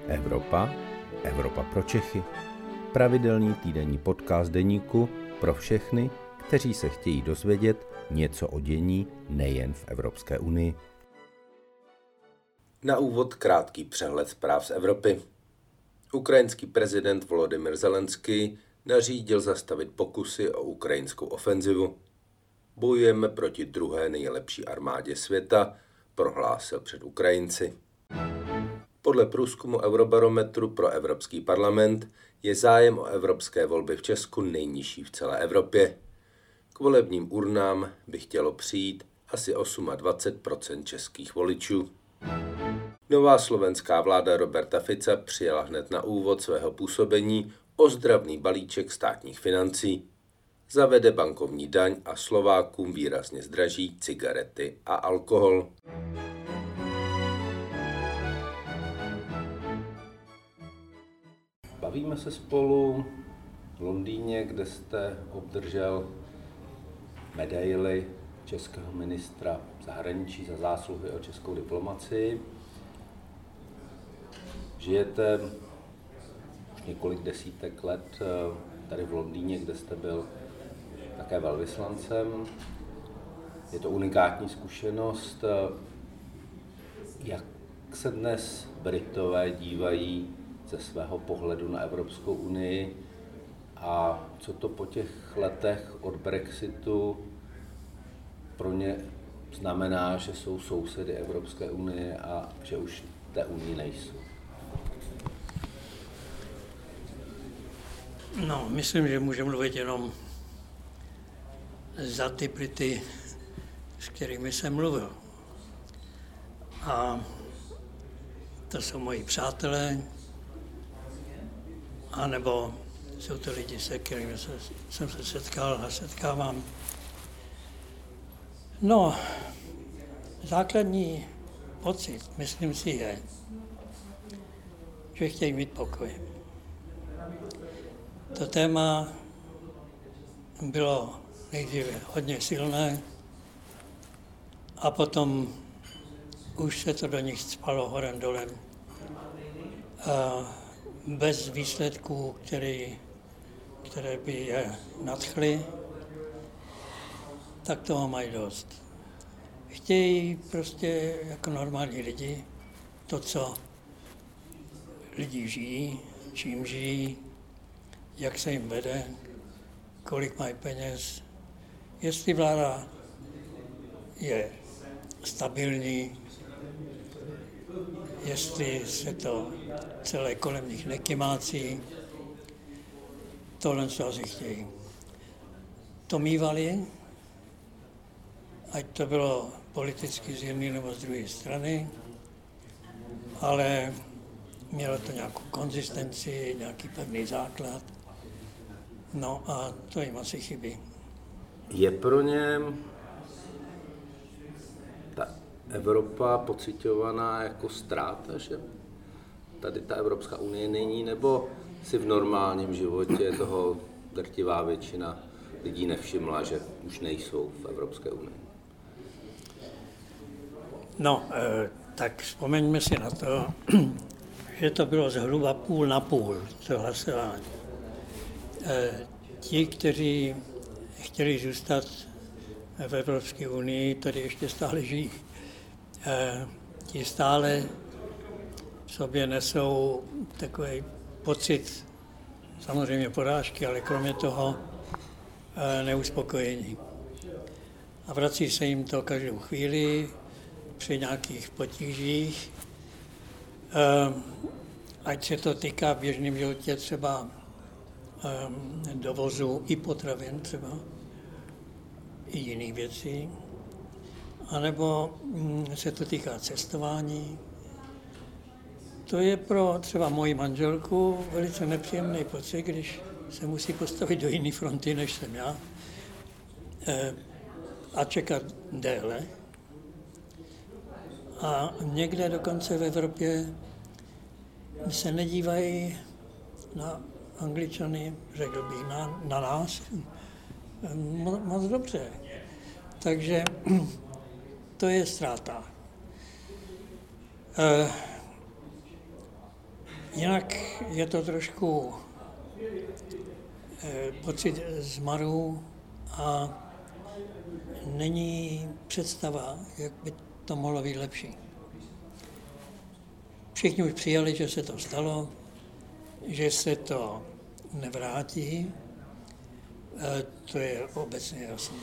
Evropa, Evropa pro Čechy. Pravidelný týdenní podcast deníku pro všechny, kteří se chtějí dozvědět něco o dění nejen v Evropské unii. Na úvod krátký přehled zpráv z Evropy. Ukrajinský prezident Volodymyr Zelenský nařídil zastavit pokusy o ukrajinskou ofenzivu. Bojujeme proti druhé nejlepší armádě světa, prohlásil před Ukrajinci. Podle průzkumu Eurobarometru pro Evropský parlament je zájem o evropské volby v Česku nejnižší v celé Evropě. K volebním urnám by chtělo přijít asi 28% českých voličů. Nová slovenská vláda Roberta Fica přijala hned na úvod svého působení ozdravný balíček státních financí. Zavede bankovní daň a Slovákům výrazně zdraží cigarety a alkohol. Bavíme se spolu v Londýně, kde jste obdržel medaili českého ministra zahraničí za zásluhy o českou diplomacii. Žijete už několik desítek let tady v Londýně, kde jste byl také velvyslancem. Je to unikátní zkušenost. Jak se dnes Britové dívají ze svého pohledu na Evropskou unii a co to po těch letech od Brexitu pro ně znamená, že jsou sousedy Evropské unie a že už té unii nejsou? No, myslím, že můžu mluvit jenom za ty Brity, s kterými jsem mluvil. A to jsou moji přátelé, anebo jsou to lidi, se kterými jsem se setkal a setkávám. No, základní pocit, myslím si, je, že chtějí mít pokoj. To téma bylo nejdříve hodně silné a potom už se to do nich spalo horem dolem. Bez výsledků, které by je nadchly, tak toho mají dost. Chtějí prostě jako normální lidi to, co lidi žijí, čím žijí, jak se jim vede, kolik mají peněz, jestli vláda je stabilní, jestli se to celé kolem nich nekymácí, tohle co asi chtějí. To mívali, ať to bylo politicky z jedné nebo z druhé strany, ale mělo to nějakou konzistenci, nějaký pevný základ, no a to jim asi chybí. Je pro ně ta Evropa pociťovaná jako ztráta, že tady ta Evropská unie není, nebo si v normálním životě toho drtivá většina lidí nevšimla, že už nejsou v Evropské unii? No, tak vzpomeňme si na to, že to bylo zhruba půl na půl, to hlasování. Ti, kteří chtěli zůstat v Evropské unii, tady ještě stále žijí. Ti stále v sobě nesou takový pocit, samozřejmě porážky, ale kromě toho neuspokojení. A vrací se jim to každou chvíli při nějakých potížích. Ať se to týká v běžném životě třeba dovozu i potravin třeba, i jiných věcí, anebo se to týká cestování. To je pro třeba moji manželku velice nepříjemný pocit, když se musí postavit do jiné fronty, než jsem já, a čekat déle. A někde dokonce v Evropě se nedívají na Angličany, řekl bych, na nás moc dobře. Takže to je ztráta. Jinak je to trošku pocit zmaru a není představa, jak by to mohlo být lepší. Všichni už přijali, že se to stalo, že se to nevrátí, to je obecně jasné.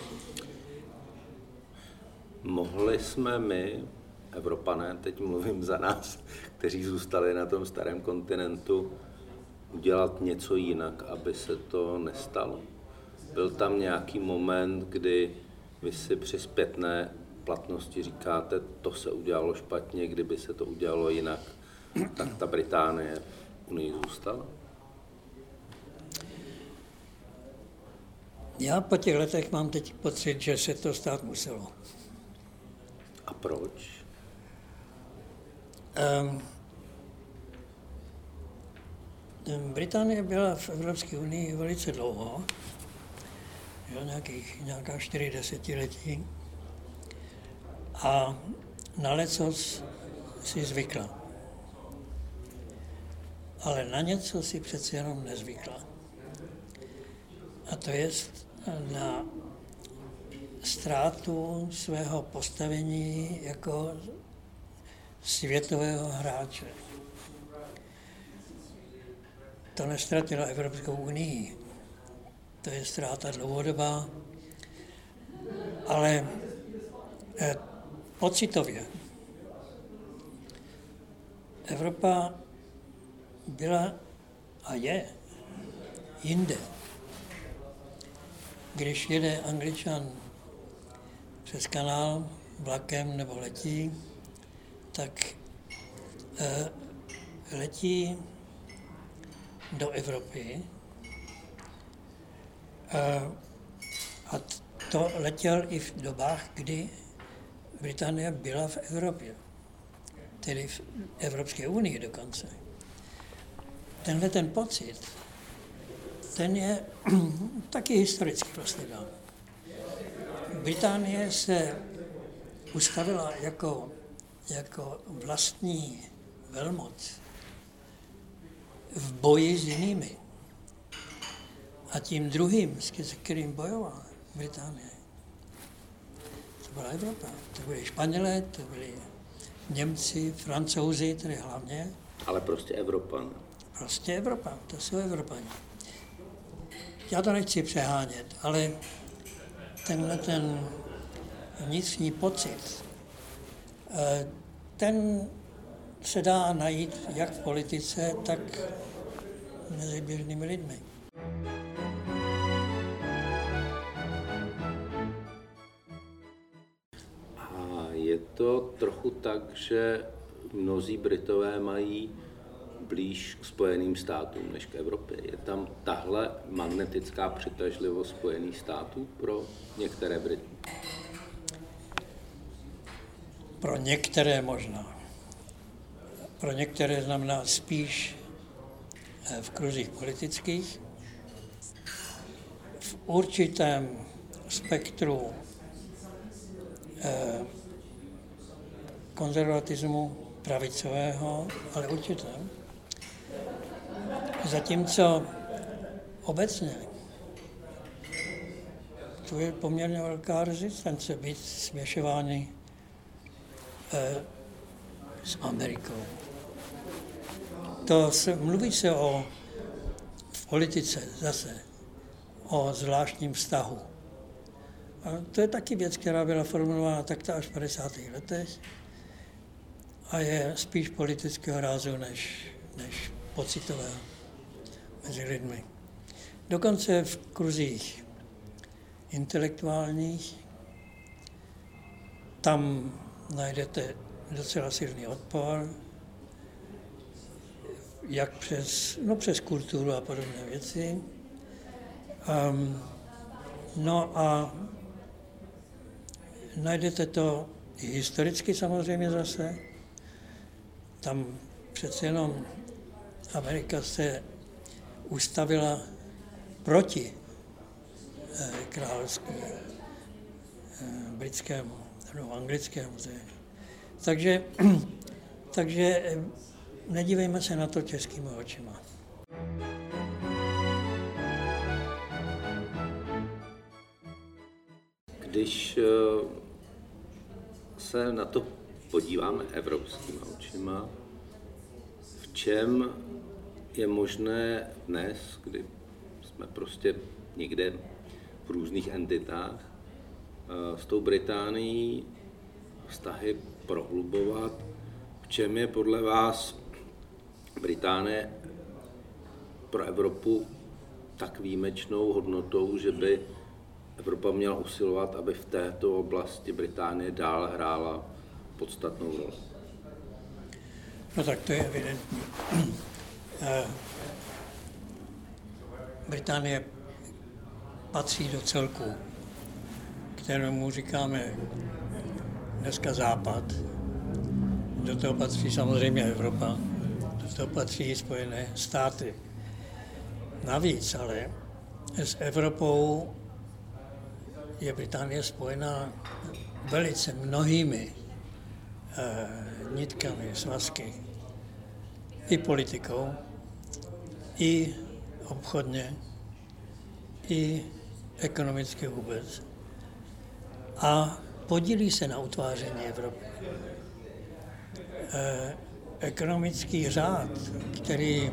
Mohli jsme my, Evropané, teď mluvím za nás, kteří zůstali na tom starém kontinentu, udělat něco jinak, aby se to nestalo? Byl tam nějaký moment, kdy vy si při zpětné platnosti říkáte, to se udělalo špatně, kdyby se to udělalo jinak, tak ta Británie v Unii zůstala? Já po těch letech mám teď pocit, že se to stát muselo. A proč? Británie byla v Evropské unii velice dlouho, nějaká 4 desetiletí, a na lecos si zvykla. Ale na něco si přece jenom nezvykla. A to je na ztrátu svého postavení jako světového hráče. To neztratila Evropskou unii. To je ztráta dlouhodobá, ale pocitově Evropa byla a je jinde. Když jede Angličan přes kanál vlakem nebo letí, tak letí do Evropy a to letěl i v dobách, kdy Británie byla v Evropě, tedy v Evropské unii dokonce. Tenhle ten pocit, ten je taky historicky vlastně dán. Británie se ustavila jako vlastní velmoc v boji s jinými. A tím druhým, s kterým bojovala Británie, to byla Evropa. To byli Španělé, to byli Němci, Francouzi, tedy hlavně. Ale prostě Evropa. Prostě Evropa, to jsou Evropani. Já to nechci přehánět, ale tenhle ten vnitřní pocit, ten se dá najít jak v politice, tak mezi běžnými lidmi. A je to trochu tak, že mnozí Britové mají blíž k Spojeným státům než k Evropě. Je tam tahle magnetická přitažlivost Spojených států pro některé Brity? Pro některé možná. Pro některé znamená spíš v kruzích politických. V určitém spektru konzervatismu pravicového, ale určitém. Zatímco obecně tu je poměrně velká rezistence být směšovány s Amerikou. Mluví se v politice zase o zvláštním vztahu. A to je taky věc, která byla formulována takto až v 50. letech a je spíš politického rázu než pocitového mezi lidmi. Dokonce v kruzích intelektuálních tam najdete docela silný odpor, jak přes kulturu a podobné věci. No a najdete to i historicky samozřejmě zase. Tam přece jenom Amerika se ustavila proti království britskému nebo anglickému. Takže nedívejme se na to českýma očima. Když se na to podíváme evropskýma očima, v čem je možné dnes, kdy jsme prostě někde v různých entitách, s tou Británií vztahy prohlubovat, v čem je podle vás Británie pro Evropu tak výjimečnou hodnotou, že by Evropa měla usilovat, aby v této oblasti Británie dál hrála podstatnou roli? No tak to je evidentní. Británie patří do celku, kterému říkáme dneska Západ. Do toho patří samozřejmě Evropa, do toho patří i Spojené státy. Navíc ale s Evropou je Británie spojená velice mnohými nitkami, svazky, i politikou, i obchodně, i ekonomicky vůbec. A podílí se na utváření Evropy. Ekonomický řád, který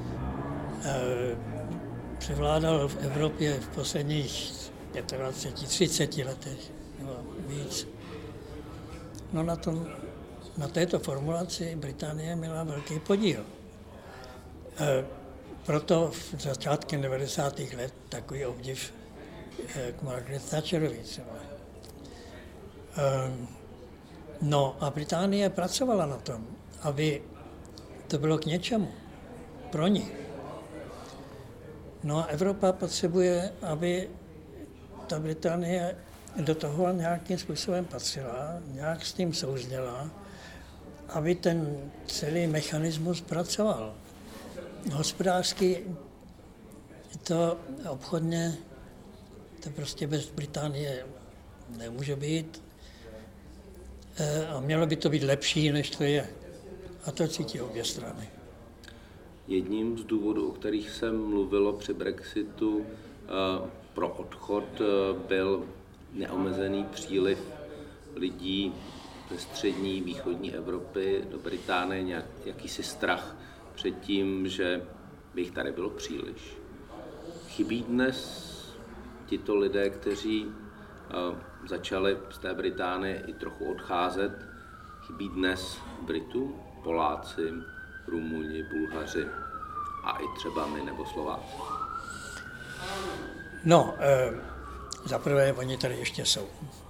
převládal v Evropě v posledních 25-30 letech nebo víc. No na této formulaci Británie měla velký podíl. Proto v začátkem 90. let takový obdiv k Margaret Thatcherovi třeba. No a Británie pracovala na tom, aby to bylo k něčemu pro ní. No a Evropa potřebuje, aby ta Británie do toho nějakým způsobem patřila, nějak s tím souzněla, aby ten celý mechanismus pracoval. Hospodářsky to obchodně, to prostě bez Británie nemůže být a mělo by to být lepší, než to je. A to cítí obě strany. Jedním z důvodů, o kterých se mluvilo při Brexitu, pro odchod byl neomezený příliv lidí ze střední, východní Evropy do Británie, jakýsi strach před tím, že by jich tady bylo příliš. Chybí dnes tito lidé, kteří začali z té Británie i trochu odcházet, chybí dnes Britům, Poláci, Rumuni, Bulhaři a i třeba my nebo Slováci? No, zaprvé oni tady ještě jsou.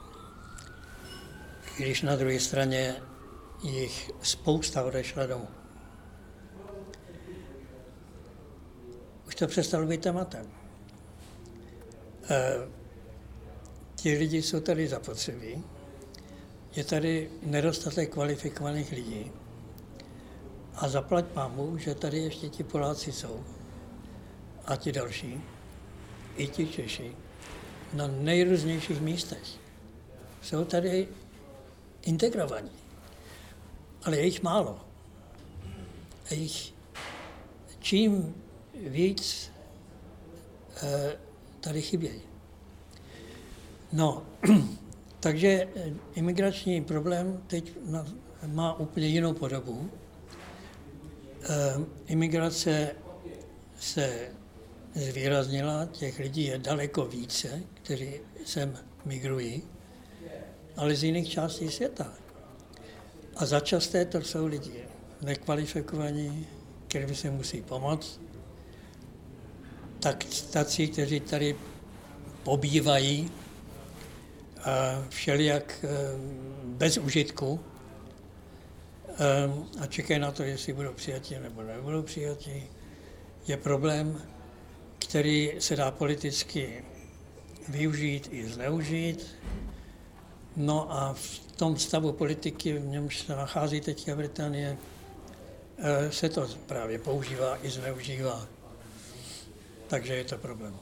Když na druhé straně jich spousta odešla domů. Už to přestalo být tématem. Ti lidi jsou tady zapotřebí. Je tady nedostatek kvalifikovaných lidí. A zaplať pánbůh, že tady ještě ti Poláci jsou. A ti další. I ti Češi. Na nejrůznějších místech. Jsou tady integrovaní. Ale je jich málo. A jich čím víc tady chybějí. No, takže imigrační problém teď má úplně jinou podobu. Imigrace se zvýraznila, těch lidí je daleko více, kteří sem migrují, ale z jiných částí světa. A začasté to jsou lidi nekvalifikovaní, kterým se musí pomoct, tak tací, kteří tady pobývají všelijak bez užitku a čekají na to, jestli budou přijati nebo nebudou přijati, je problém, který se dá politicky využít i zneužít. No a v tom stavu politiky, v němž se nachází teď Británie, se to právě používá i zneužívá. Takže je to problém.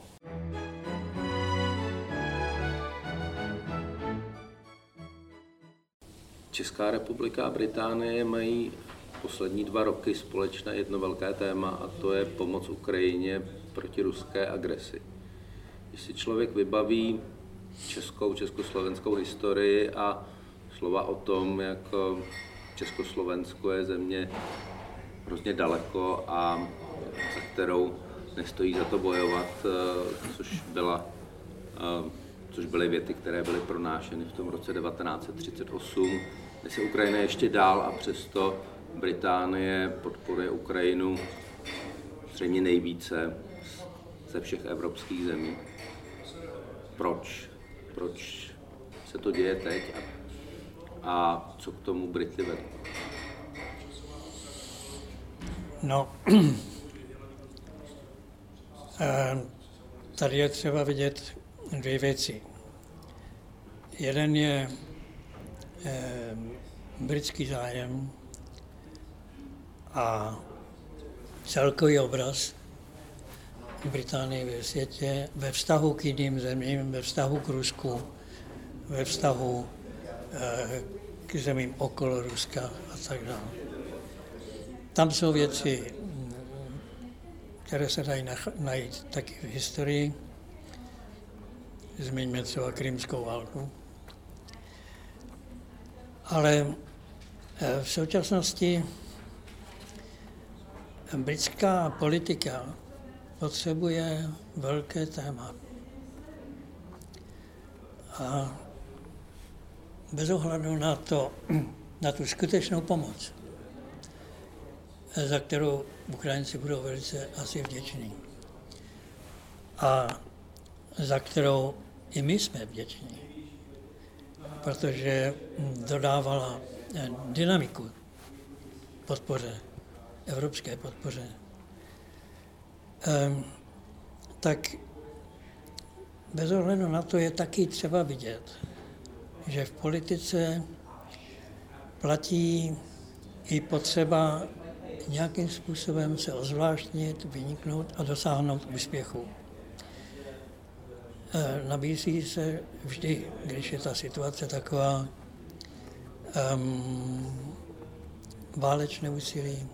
Česká republika a Británie mají poslední 2 roky společné jedno velké téma, a to je pomoc Ukrajině proti ruské agresi. Když si člověk vybaví československou historii a slova o tom, jak Československo je země hrozně daleko a za kterou nestojí za to bojovat, což byly věty, které byly pronášeny v tom roce 1938, dnes je Ukrajina ještě dál a přesto Británie podporuje Ukrajinu zřejmě nejvíce ze všech evropských zemí. Proč? Proč se to děje teď a co k tomu Brity vedou? No, tady je třeba vidět 2 věci. Jeden je britský zájem a celkový obraz Británie ve světě, ve vztahu k jiným zemím, ve vztahu k Rusku, ve vztahu k zemím okolo Ruska a tak dále. Tam jsou věci, které se dají najít taky v historii. Zmiňme třeba Krymskou válku. Ale v současnosti britská politika potřebuje velké téma. A bez ohledu na tu skutečnou pomoc, za kterou Ukrajinci budou velice asi vděční. A za kterou i my jsme vděční, protože dodávala dynamiku podpoře, evropské podpoře. Tak bez ohledu na to je taky třeba vidět, že v politice platí i potřeba nějakým způsobem se ozvláštnit, vyniknout a dosáhnout úspěchu. Nabízí se vždy, když je ta situace taková, válečné úsilí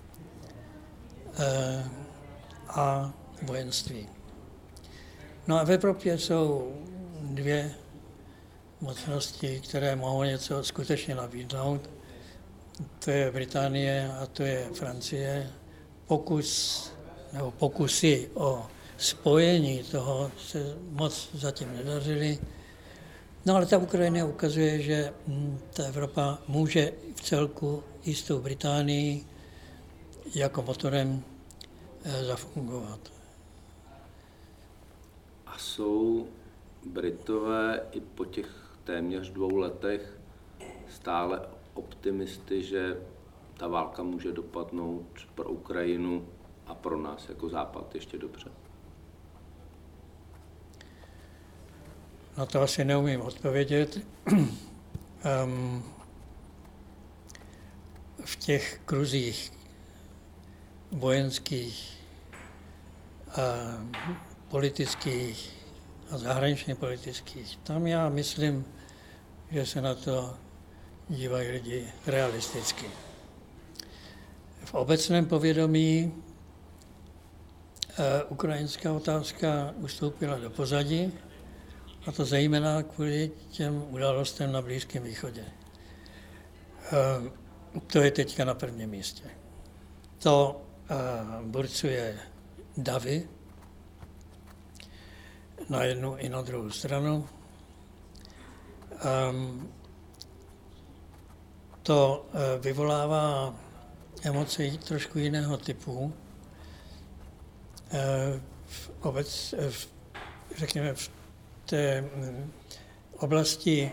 a vojenství. No a v Evropě jsou 2 mocnosti, které mohou něco skutečně nabídnout. To je Británie a to je Francie. Pokusy o spojení toho se moc zatím nedařily. No ale ta Ukrajina ukazuje, že ta Evropa může v celku i s tou Británií jako motorem zafungovat. A jsou Britové i po těch téměř 2 letech stále optimisty, že ta válka může dopadnout pro Ukrajinu a pro nás jako Západ ještě dobře? Na to asi neumím odpovědět. V těch kruzích vojenských, politických a zahraničně politických, tam já myslím, že se na to dívají lidi realisticky. V obecném povědomí ukrajinská otázka ustoupila do pozadí, a to zejména kvůli těm událostem na Blízkém východě. To je teďka na prvním místě. To burcuje davy na jednu i na druhou stranu. To vyvolává emoce trošku jiného typu. Řekněme, v té oblasti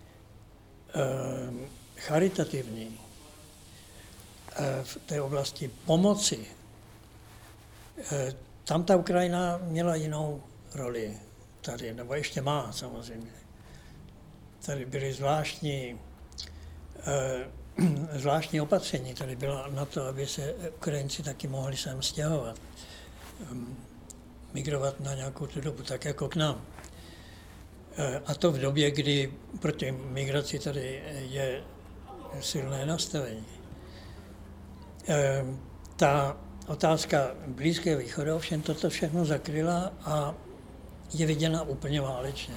charitativní, v té oblasti pomoci, tam ta Ukrajina měla jinou roli tady, nebo ještě má samozřejmě. Tady byly zvláštní opatření, tady byla na to, aby se Ukrajinci taky mohli sem stěhovat, migrovat na nějakou tu dobu, tak jako k nám. A to v době, kdy proti migraci tady je silné nastavení. Ta otázka Blízkého východu ovšem toto všechno zakryla a je viděna úplně válečně.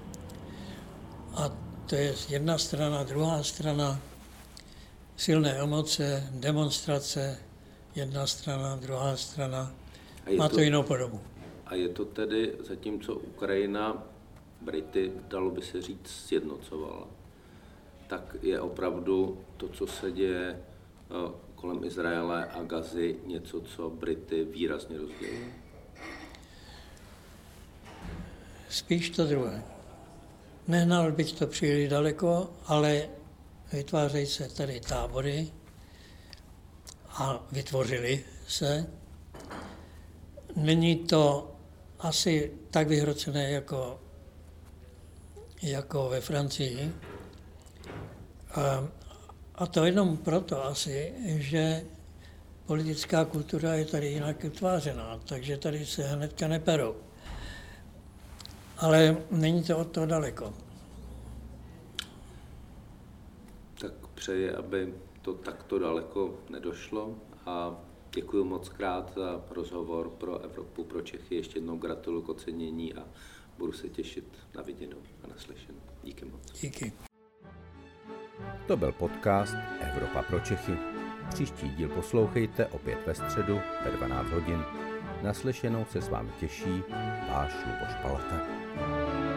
A to je jedna strana, druhá strana, silné emoce, demonstrace, jedna strana, druhá strana, má to jinou podobu. A je to tedy, zatímco Ukrajina Brity, dalo by se říct, sjednocovala, tak je opravdu to, co se děje kolem Izraele a Gazy, něco, co Brity výrazně rozděluje? Spíš to druhé. Nehnal bych to příliš daleko, ale vytvářejí se tady tábory a vytvořily se. Není to asi tak vyhrocené jako ve Francii. A to jenom proto asi, že politická kultura je tady jinak utvářená, takže tady se hnedka neperou. Ale není to od toho daleko. Tak přeji, aby to takto daleko nedošlo a děkuji moc krát za rozhovor pro Evropu, pro Čechy. Ještě jednou gratuluju k ocenění a budu se těšit na viděnou a naslyšenou. Díky moc. Díky. To byl podcast Evropa pro Čechy. Příští díl poslouchejte opět ve středu ve 12 hodin. Naslyšenou se s vámi těší váš Luboš Palata.